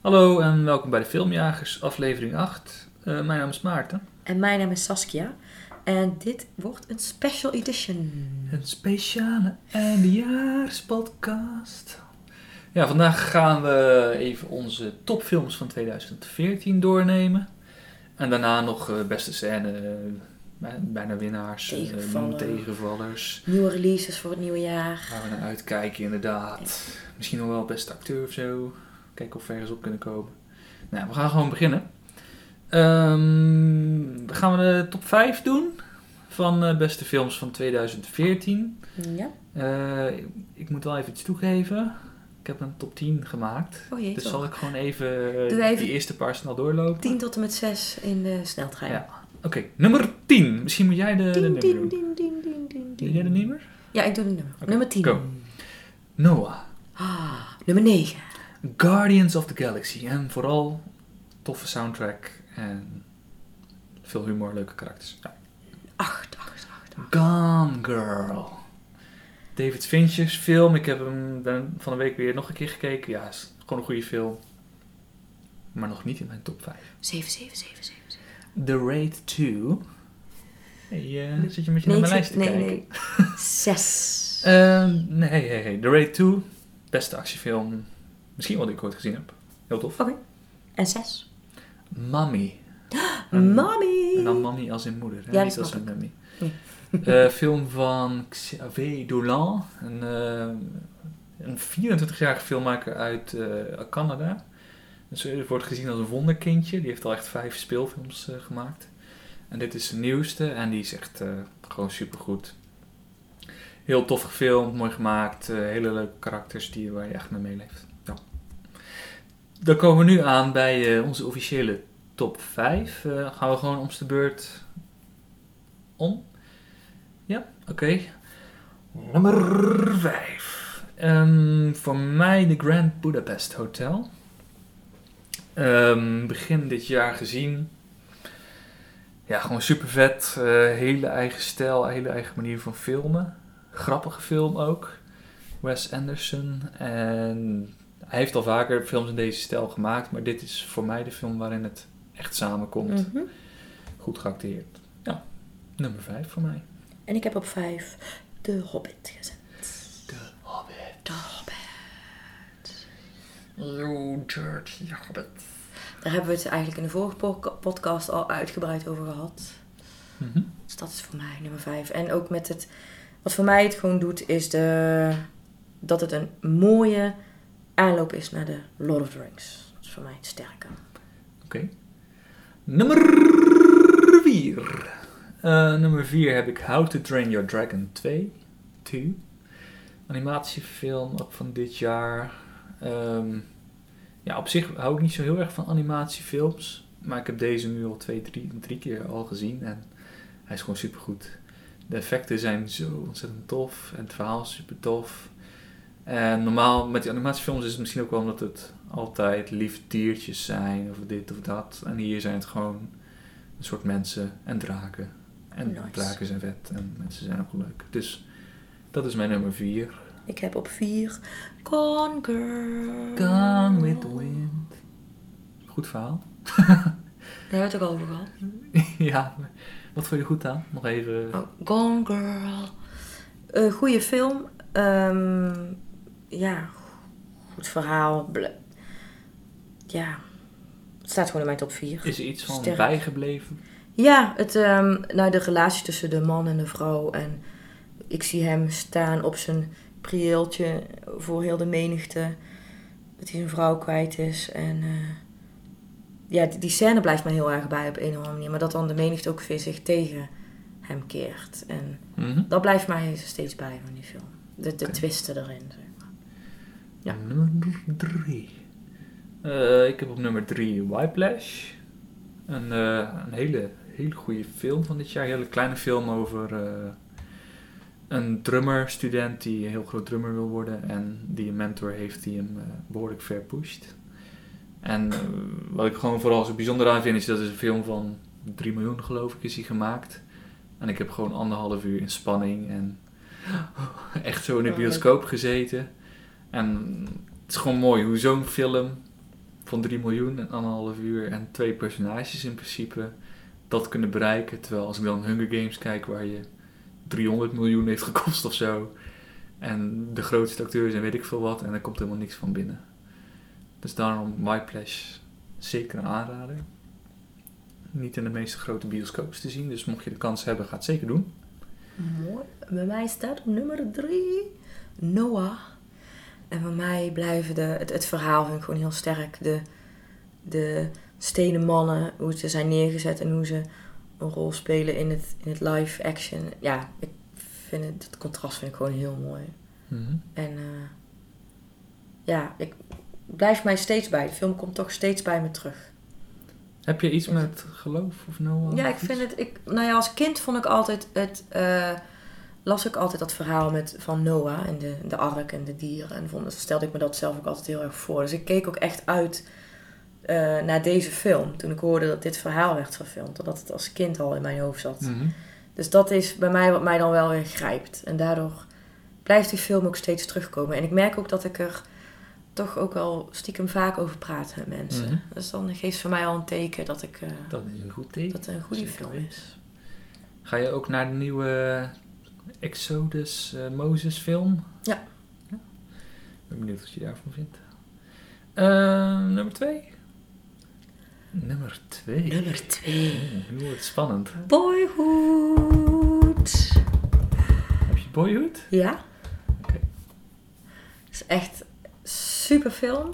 Hallo en welkom bij de Filmjagers, aflevering 8. Mijn naam is Maarten. En mijn naam is Saskia. En dit wordt een special edition. Een speciale eindejaarspodcast. Ja, vandaag gaan we even onze topfilms van 2014 doornemen. En daarna nog beste scène, bijna winnaars, tegenvallers. Nieuwe releases voor het nieuwe jaar. Waar we naar uitkijken inderdaad. Misschien nog wel beste acteur of zo. Kijken of we ergens op kunnen komen. Nou, we gaan gewoon beginnen. Gaan we de top 5 doen van beste films van 2014. Ja. Ik moet wel even iets toegeven. Ik heb een top 10 gemaakt. Oh jee, dus toch. zal ik gewoon even die eerste paar snel doorlopen. 10 tot en met 6 in de sneltrein. Ja. Oké, nummer 10. Misschien moet jij de nummer doen. Ding. Doe jij de nummer? Ja, ik doe de nummer. Okay, Nummer 10. Go. Noah. Nummer 9. Guardians of the Galaxy. En vooral toffe soundtrack en veel humor, leuke karakters. Ja. 8. Gone Girl. David Fincher's film. Ik heb hem van de week weer nog een keer gekeken. Ja, is gewoon een goede film. Maar nog niet in mijn top 5. 7. The Raid 2. Hey, zit je met je naar mijn lijst te kijken? Nee. 6. Nee. The Raid 2. Beste actiefilm. Misschien wel die ik ooit gezien heb. Heel tof. Oké. En 6. Mummy. Mommy. En dan Mummy als in moeder. Hè? Ja, niet dat als snap een ik. mummy. Film van Xavier Dolan. Een 24-jarige filmmaker uit Canada. Dus hij wordt gezien als een wonderkindje. Die heeft al echt 5 speelfilms gemaakt. En dit is zijn nieuwste. En die is echt gewoon supergoed. Heel tof gefilmd, mooi gemaakt. Hele leuke karakters waar je echt mee meeleeft. Ja. Dan komen we nu aan bij onze officiële top 5. Gaan we gewoon om de beurt om? Ja, oké. Nummer 5. Voor mij de Grand Budapest Hotel. Begin dit jaar gezien. Ja, gewoon super vet. Hele eigen stijl, hele eigen manier van filmen. Grappige film ook. Wes Anderson. En hij heeft al vaker films in deze stijl gemaakt. Maar dit is voor mij de film waarin het echt samenkomt. Mm-hmm. Goed geacteerd. Ja, nummer 5 voor mij. En ik heb op 5 The Hobbit gezet. The Hobbit. The Hobbit. You dirty Hobbit. Daar hebben we het eigenlijk in de vorige podcast al uitgebreid over gehad. Mm-hmm. Dus dat is voor mij nummer 5. En ook met het... Wat voor mij het gewoon doet, is dat het een mooie aanloop is naar de Lord of the Rings. Dat is voor mij het sterke. Oké. Nummer 4. Nummer 4 heb ik How to Train Your Dragon 2. Animatiefilm ook van dit jaar. Ja, op zich hou ik niet zo heel erg van animatiefilms. Maar ik heb deze nu al 3 keer al gezien. En hij is gewoon supergoed. De effecten zijn zo ontzettend tof. En het verhaal is super tof. En normaal met die animatiefilms is het misschien ook wel omdat het altijd lieve diertjes zijn. Of dit of dat. En hier zijn het gewoon een soort mensen en draken. En nice. Draken zijn vet. En mensen zijn ook leuk. Dus dat is mijn nummer 4. Ik heb op 4 Gone Girl. Gone with the wind. Goed verhaal. Daar hebben we het ook over gehad. Ja, wat vond je goed aan? Nog even... Oh, Gone Girl. Goeie film. Ja, goed verhaal. Ja, het staat gewoon in mijn top 4. Is er iets van Sterk. bijgebleven? Ja, de relatie tussen de man en de vrouw. En ik zie hem staan op zijn prieeltje voor heel de menigte. Dat hij zijn vrouw kwijt is. En ja, die scène blijft me heel erg bij op een of andere manier. Maar dat dan de menigte ook weer zich tegen hem keert. En dat blijft mij steeds bij van die film. De twisten erin, zeg maar. Ja. Nummer 3. Ik heb op nummer 3 Whiplash. Een hele goede film van dit jaar. Een hele kleine film over een drummer-student die een heel groot drummer wil worden. En die een mentor heeft die hem behoorlijk ver pusht. En wat ik gewoon vooral zo bijzonder aan vind is dat het een film van 3 miljoen geloof ik is hij gemaakt. En ik heb gewoon 1,5 uur in spanning en echt zo in de bioscoop gezeten. En het is gewoon mooi hoe zo'n film van 3 miljoen en 1,5 uur en 2 personages in principe dat kunnen bereiken. Terwijl als ik dan Hunger Games kijk waar je 300 miljoen heeft gekost of zo. En de grootste acteurs en weet ik veel wat. En er komt helemaal niks van binnen. Dus daarom Whiplash zeker een aanrader. Niet in de meeste grote bioscoops te zien. Dus mocht je de kans hebben, ga het zeker doen. Mooi. Bij mij staat op nummer 3 Noah. En voor mij blijven het verhaal vind ik gewoon heel sterk. De stenen mannen, hoe ze zijn neergezet en hoe ze een rol spelen in het live action. Ja, ik vind het contrast vind ik gewoon heel mooi. Mm-hmm. En ik blijf mij steeds bij. De film komt toch steeds bij me terug. Heb je iets met geloof of Noah? Ja, ik vind het... als kind vond ik altijd las ik altijd dat verhaal van Noah en de ark en de dieren. En stelde ik me dat zelf ook altijd heel erg voor. Dus ik keek ook echt uit naar deze film. Toen ik hoorde dat dit verhaal werd verfilmd. Omdat het als kind al in mijn hoofd zat. Mm-hmm. Dus dat is bij mij wat mij dan wel weer grijpt. En daardoor blijft die film ook steeds terugkomen. En ik merk ook dat ik er toch ook wel stiekem vaak over praat met mensen. Mm-hmm. Dus dan geeft voor mij al een teken dat ik... dat is een goed teken. Dat het een goede Zeker film weten. is. Ga je ook naar de nieuwe Exodus Moses film? Ja. Ik ben benieuwd wat je daarvan vindt. Nummer 2? Nummer 2. Nummer 2. Nu wordt het spannend. Boyhood. Heb je Boyhood? Ja. Oké. Het is echt super film.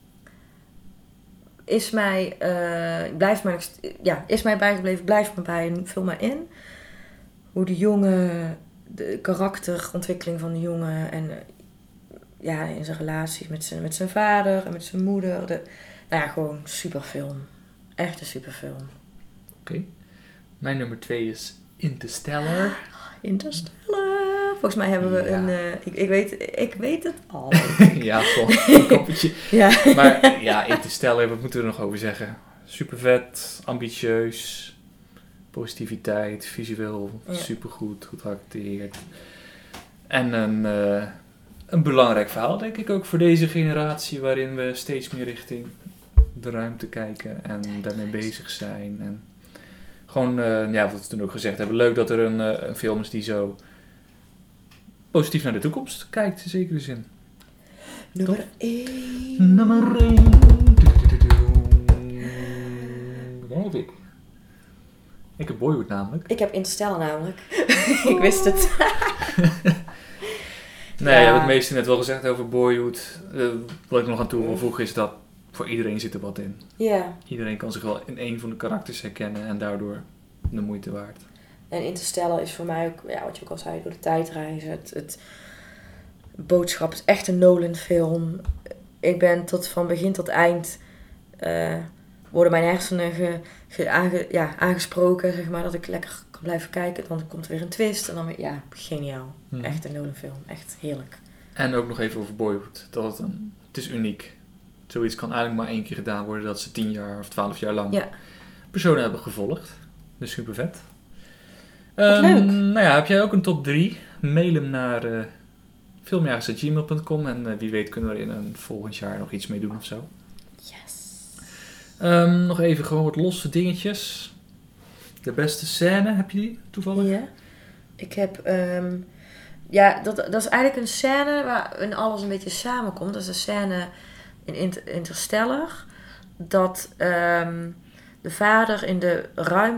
Is mij bijgebleven, blijft me bij en vul mij in. Hoe de karakterontwikkeling van de jongen en in zijn relaties met zijn vader en met zijn moeder. Gewoon superfilm. Echt een superfilm. Oké. Mijn nummer 2 is Interstellar. Interstellar. Volgens mij hebben we ik weet het al. Ja, toch. Een koppeltje. Ja. Maar ja, Interstellar, wat moeten we er nog over zeggen? Super vet, ambitieus, positiviteit, visueel supergoed, goed geacteerd. En een belangrijk verhaal, denk ik ook, voor deze generatie, waarin we steeds meer richting de ruimte kijken en daarmee bezig zijn. En gewoon, wat we toen ook gezegd hebben, leuk dat er een film is die zo positief naar de toekomst kijkt, in zekere zin. Nummer 1. Nummer 1. Wat heb ik? Ik heb Boyhood namelijk. Ik heb Interstellar namelijk. Ik wist het. Nee, je hebt het meeste net wel gezegd over Boyhood. Wat ik nog aan toe wil voegen is dat voor iedereen zit er wat in. Ja. Iedereen kan zich wel in een van de karakters herkennen en daardoor de moeite waard. En Interstellar is voor mij ook, wat je ook al zei, door de tijdreizen. Het boodschap is echt een Nolan film. Ik ben van begin tot eind worden mijn hersenen aangesproken, zeg maar, dat ik lekker kan blijven kijken. Dan komt er weer een twist en dan weer, geniaal. Echt een Nolan film. Echt heerlijk. En ook nog even over Boyhood. Het is uniek. Zoiets kan eigenlijk maar 1 keer gedaan worden dat ze 10 jaar of 12 jaar lang personen hebben gevolgd. Dus super vet. Leuk. Heb jij ook een top 3? Mail hem naar filmjagers@gmail.com en wie weet kunnen we er in een volgend jaar nog iets mee doen of zo. Yes. Nog even gewoon wat losse dingetjes. De beste scène, heb je die toevallig? Ja. Ik heb... dat is eigenlijk een scène waarin alles een beetje samenkomt. Dat is een scène in Interstellar. Dat de vader in de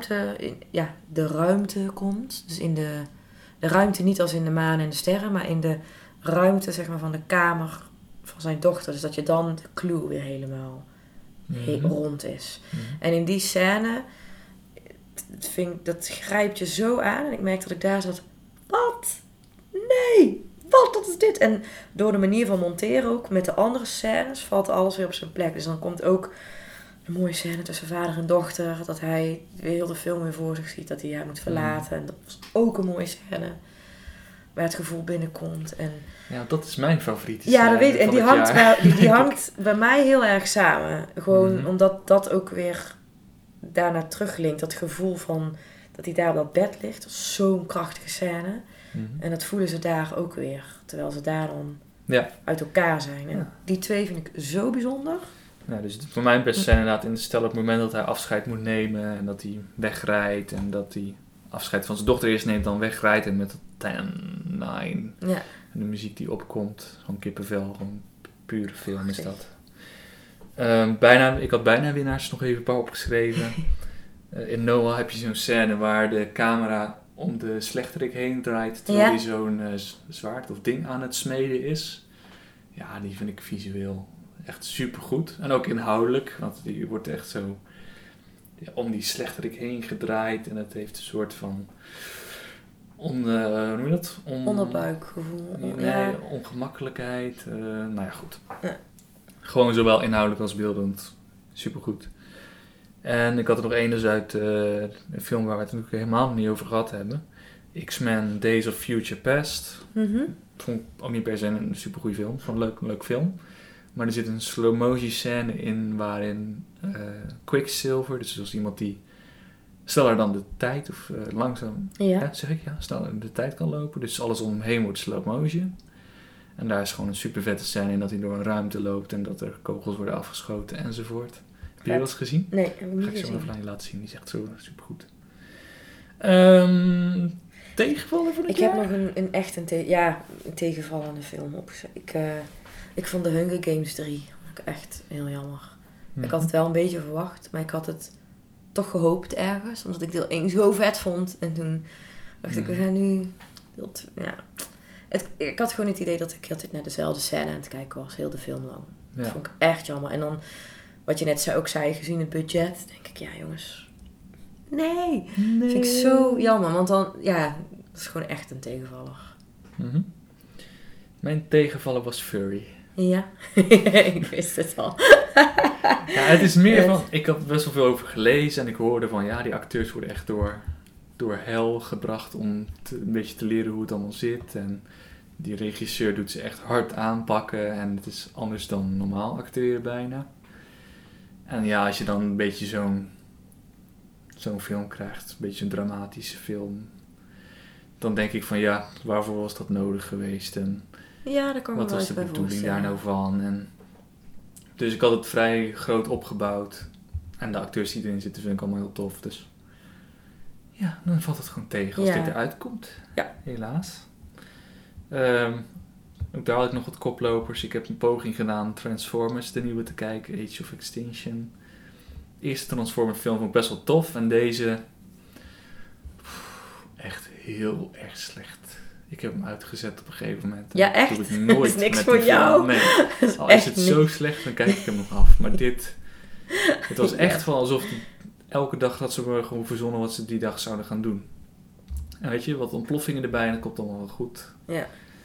ruimte komt. Dus in de ruimte niet als in de maan en de sterren, maar in de ruimte, zeg maar, van de kamer van zijn dochter. Dus dat je dan de clue weer helemaal rond is. Mm-hmm. En in die scène, dat grijpt je zo aan. En ik merk dat ik daar zat, wat? Nee! Wat is dit? En door de manier van monteren ook, met de andere scènes, valt alles weer op zijn plek. Dus dan komt ook een mooie scène tussen vader en dochter. Dat hij weer heel de film weer voor zich ziet, dat hij haar moet verlaten. En dat was ook een mooie scène. Waar het gevoel binnenkomt. En ja, dat is mijn favoriete scène. Ja, dat weet ik. En die hangt bij mij heel erg samen. Gewoon omdat dat ook weer daarna teruglinkt. Dat gevoel van dat hij daar op dat bed ligt. Dat is zo'n krachtige scène. En dat voelen ze daar ook weer. Terwijl ze daar dan uit elkaar zijn. En die twee vind ik zo bijzonder. Ja, dus voor mijn beste zijn inderdaad in de stel op het moment dat hij afscheid moet nemen en dat hij wegrijdt en dat hij afscheid van zijn dochter eerst neemt, dan wegrijdt en met 10, 9 Ja. en de muziek die opkomt, gewoon kippenvel, gewoon pure film is dat. Ik had bijna winnaars nog even een paar opgeschreven. In Noah heb je zo'n scène waar de camera om de slechterik heen draait terwijl hij zo'n zwaard of ding aan het smeden is. Ja, die vind ik visueel echt supergoed. En ook inhoudelijk, want die wordt echt zo om die slechterik heen gedraaid. En het heeft een soort van hoe noem je dat? Onderbuikgevoel. Nee, ongemakkelijkheid. Nou ja, goed. Ja. Gewoon zowel inhoudelijk als beeldend. Supergoed. En ik had er nog één dus uit een film waar we het natuurlijk helemaal niet over gehad hebben. X-Men Days of Future Past. Mm-hmm. Vond ik ook niet per se een supergoeie film. Vond een leuk film. Maar er zit een slow motion scène in waarin Quicksilver, dus zoals iemand die sneller dan de tijd of langzaam, sneller de tijd kan lopen. Dus alles om hem heen wordt slow motion. En daar is gewoon een super vette scène in dat hij door een ruimte loopt en dat er kogels worden afgeschoten enzovoort. Heb je dat eens gezien? Nee, heb ik niet gezien. Ga ik zo even aan je laten zien. Die is echt zo supergoed. Tegenvallen voor het jaar? Ik heb nog een tegenvallende film opgezet. Ik vond de Hunger Games 3 echt heel jammer. Ik had het wel een beetje verwacht, maar ik had het toch gehoopt ergens. Omdat ik deel 1 zo vet vond. En toen dacht ik, we gaan nu deel 2. Ja. Ik had gewoon het idee dat ik altijd naar dezelfde scène aan het kijken was. Heel de film lang. Ja. Dat vond ik echt jammer. En dan, wat je net ook zei, gezien het budget, denk ik, ja jongens. Nee. Vind ik zo jammer. Want dan, ja, dat is gewoon echt een tegenvaller. Mm-hmm. Mijn tegenvaller was Fury. Ja, ik wist het al. Ja, het is meer van, ik had best wel veel over gelezen en ik hoorde van, ja, die acteurs worden echt door hel gebracht om een beetje te leren hoe het allemaal zit. En die regisseur doet ze echt hard aanpakken en het is anders dan normaal acteren bijna. En ja, als je dan een beetje zo'n film krijgt, een beetje een dramatische film, dan denk ik van ja, waarvoor was dat nodig geweest en ja, daar kan ik wat was de bedoeling daar nou van. En dus ik had het vrij groot opgebouwd en de acteurs die erin zitten vind ik allemaal heel tof. Dus ja, dan valt het gewoon tegen als dit eruit komt. Ja. Helaas. Ook daar had ik nog wat koplopers. Ik heb een poging gedaan Transformers, de nieuwe te kijken, Age of Extinction. De eerste Transformers film vond ik best wel tof en deze echt heel erg slecht. Ik heb hem uitgezet op een gegeven moment. Ja, echt? Dat doe ik nooit. Dat is niks met voor jou. Nee. Al is het zo slecht, dan kijk ik hem nog af. Maar het was echt van alsof elke dag dat ze gewoon verzonnen wat ze die dag zouden gaan doen. En weet je, wat ontploffingen erbij en dat komt allemaal wel goed. Ja.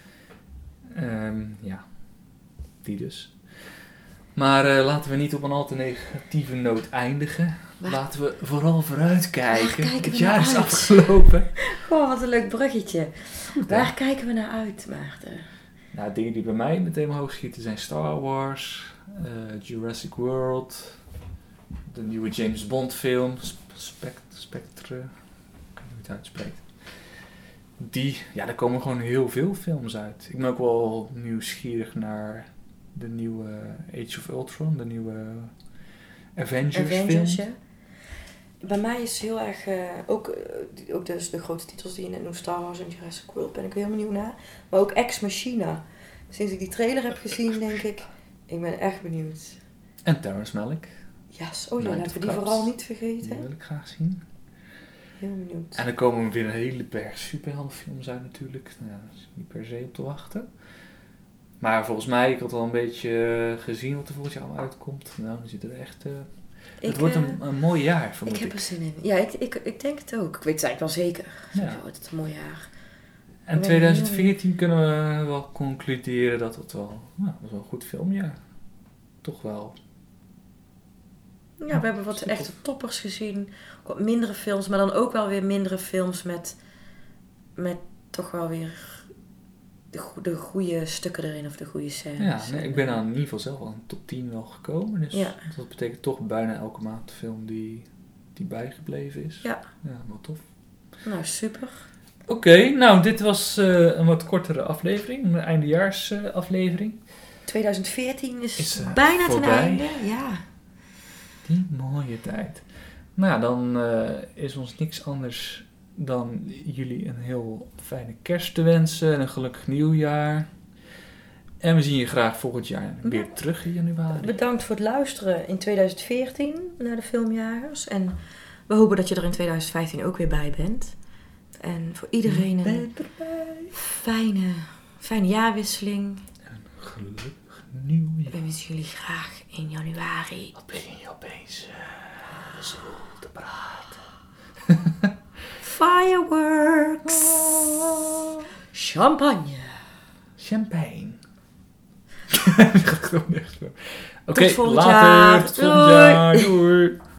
Ja, die dus. Maar laten we niet op een al te negatieve noot eindigen. Laten we vooral vooruitkijken. Het jaar is afgelopen. Goh, wat een leuk bruggetje. Goed, waar kijken we naar uit, Maarten? Nou, dingen die bij mij meteen omhoog schieten zijn Star Wars, Jurassic World, de nieuwe James Bond film, Spectre, ik weet niet hoe het uitspreekt. Daar komen gewoon heel veel films uit. Ik ben ook wel nieuwsgierig naar de nieuwe Age of Ultron, de nieuwe Avengers film. Ja. Bij mij is heel erg, ook dus de grote titels die je net noemt, Star Wars en Jurassic World, ben ik heel benieuwd naar. Maar ook Ex Machina. Sinds ik die trailer heb gezien, denk ik ben echt benieuwd. En Terrence Malick. Yes. Oh ja, laten we die vooral niet vergeten. Die wil ik graag zien. Heel benieuwd. En er komen weer een hele berg superheldenfilms uit natuurlijk. Nou, daar is niet per se op te wachten. Maar volgens mij, ik had al een beetje gezien wat er volgend jaar al uitkomt. Nou, dan zit er echt... het wordt een mooi jaar, vermoed ik. Ik heb er zin in. Ja, ik denk het ook. Ik weet het eigenlijk wel zeker. Sowieso wordt het een mooi jaar. En 2014 kunnen we wel concluderen dat het wel... Nou, dat was wel een goed filmjaar. Toch wel. Ja, we hebben wat echte toppers gezien. Wat mindere films, maar dan ook wel weer mindere films met toch wel weer de goede stukken erin of de goede scènes. Ja, ik ben aan in ieder geval zelf al een top 10 wel gekomen. Dus dat betekent toch bijna elke maand een film die bijgebleven is. Ja. Ja, wel tof. Nou, super. Oké, nou dit was een wat kortere aflevering, een eindejaarsaflevering. 2014 is Is, bijna voorbij. ten einde. Ja. Die mooie tijd. Nou ja, dan is ons niks anders dan jullie een heel fijne kerst te wensen en een gelukkig nieuwjaar. En we zien je graag volgend jaar weer terug in januari. Bedankt voor het luisteren in 2014 naar de Filmjagers. En we hopen dat je er in 2015 ook weer bij bent. En voor iedereen een fijne jaarwisseling. Een gelukkig nieuwjaar. We wensen jullie graag in januari. Wat begin je opeens zo te praten? Fireworks. Champagne. Champagne. Dat gaat gewoon nergens meer. Oké, volgend later. jaar. Tot volgend jaar. Doei.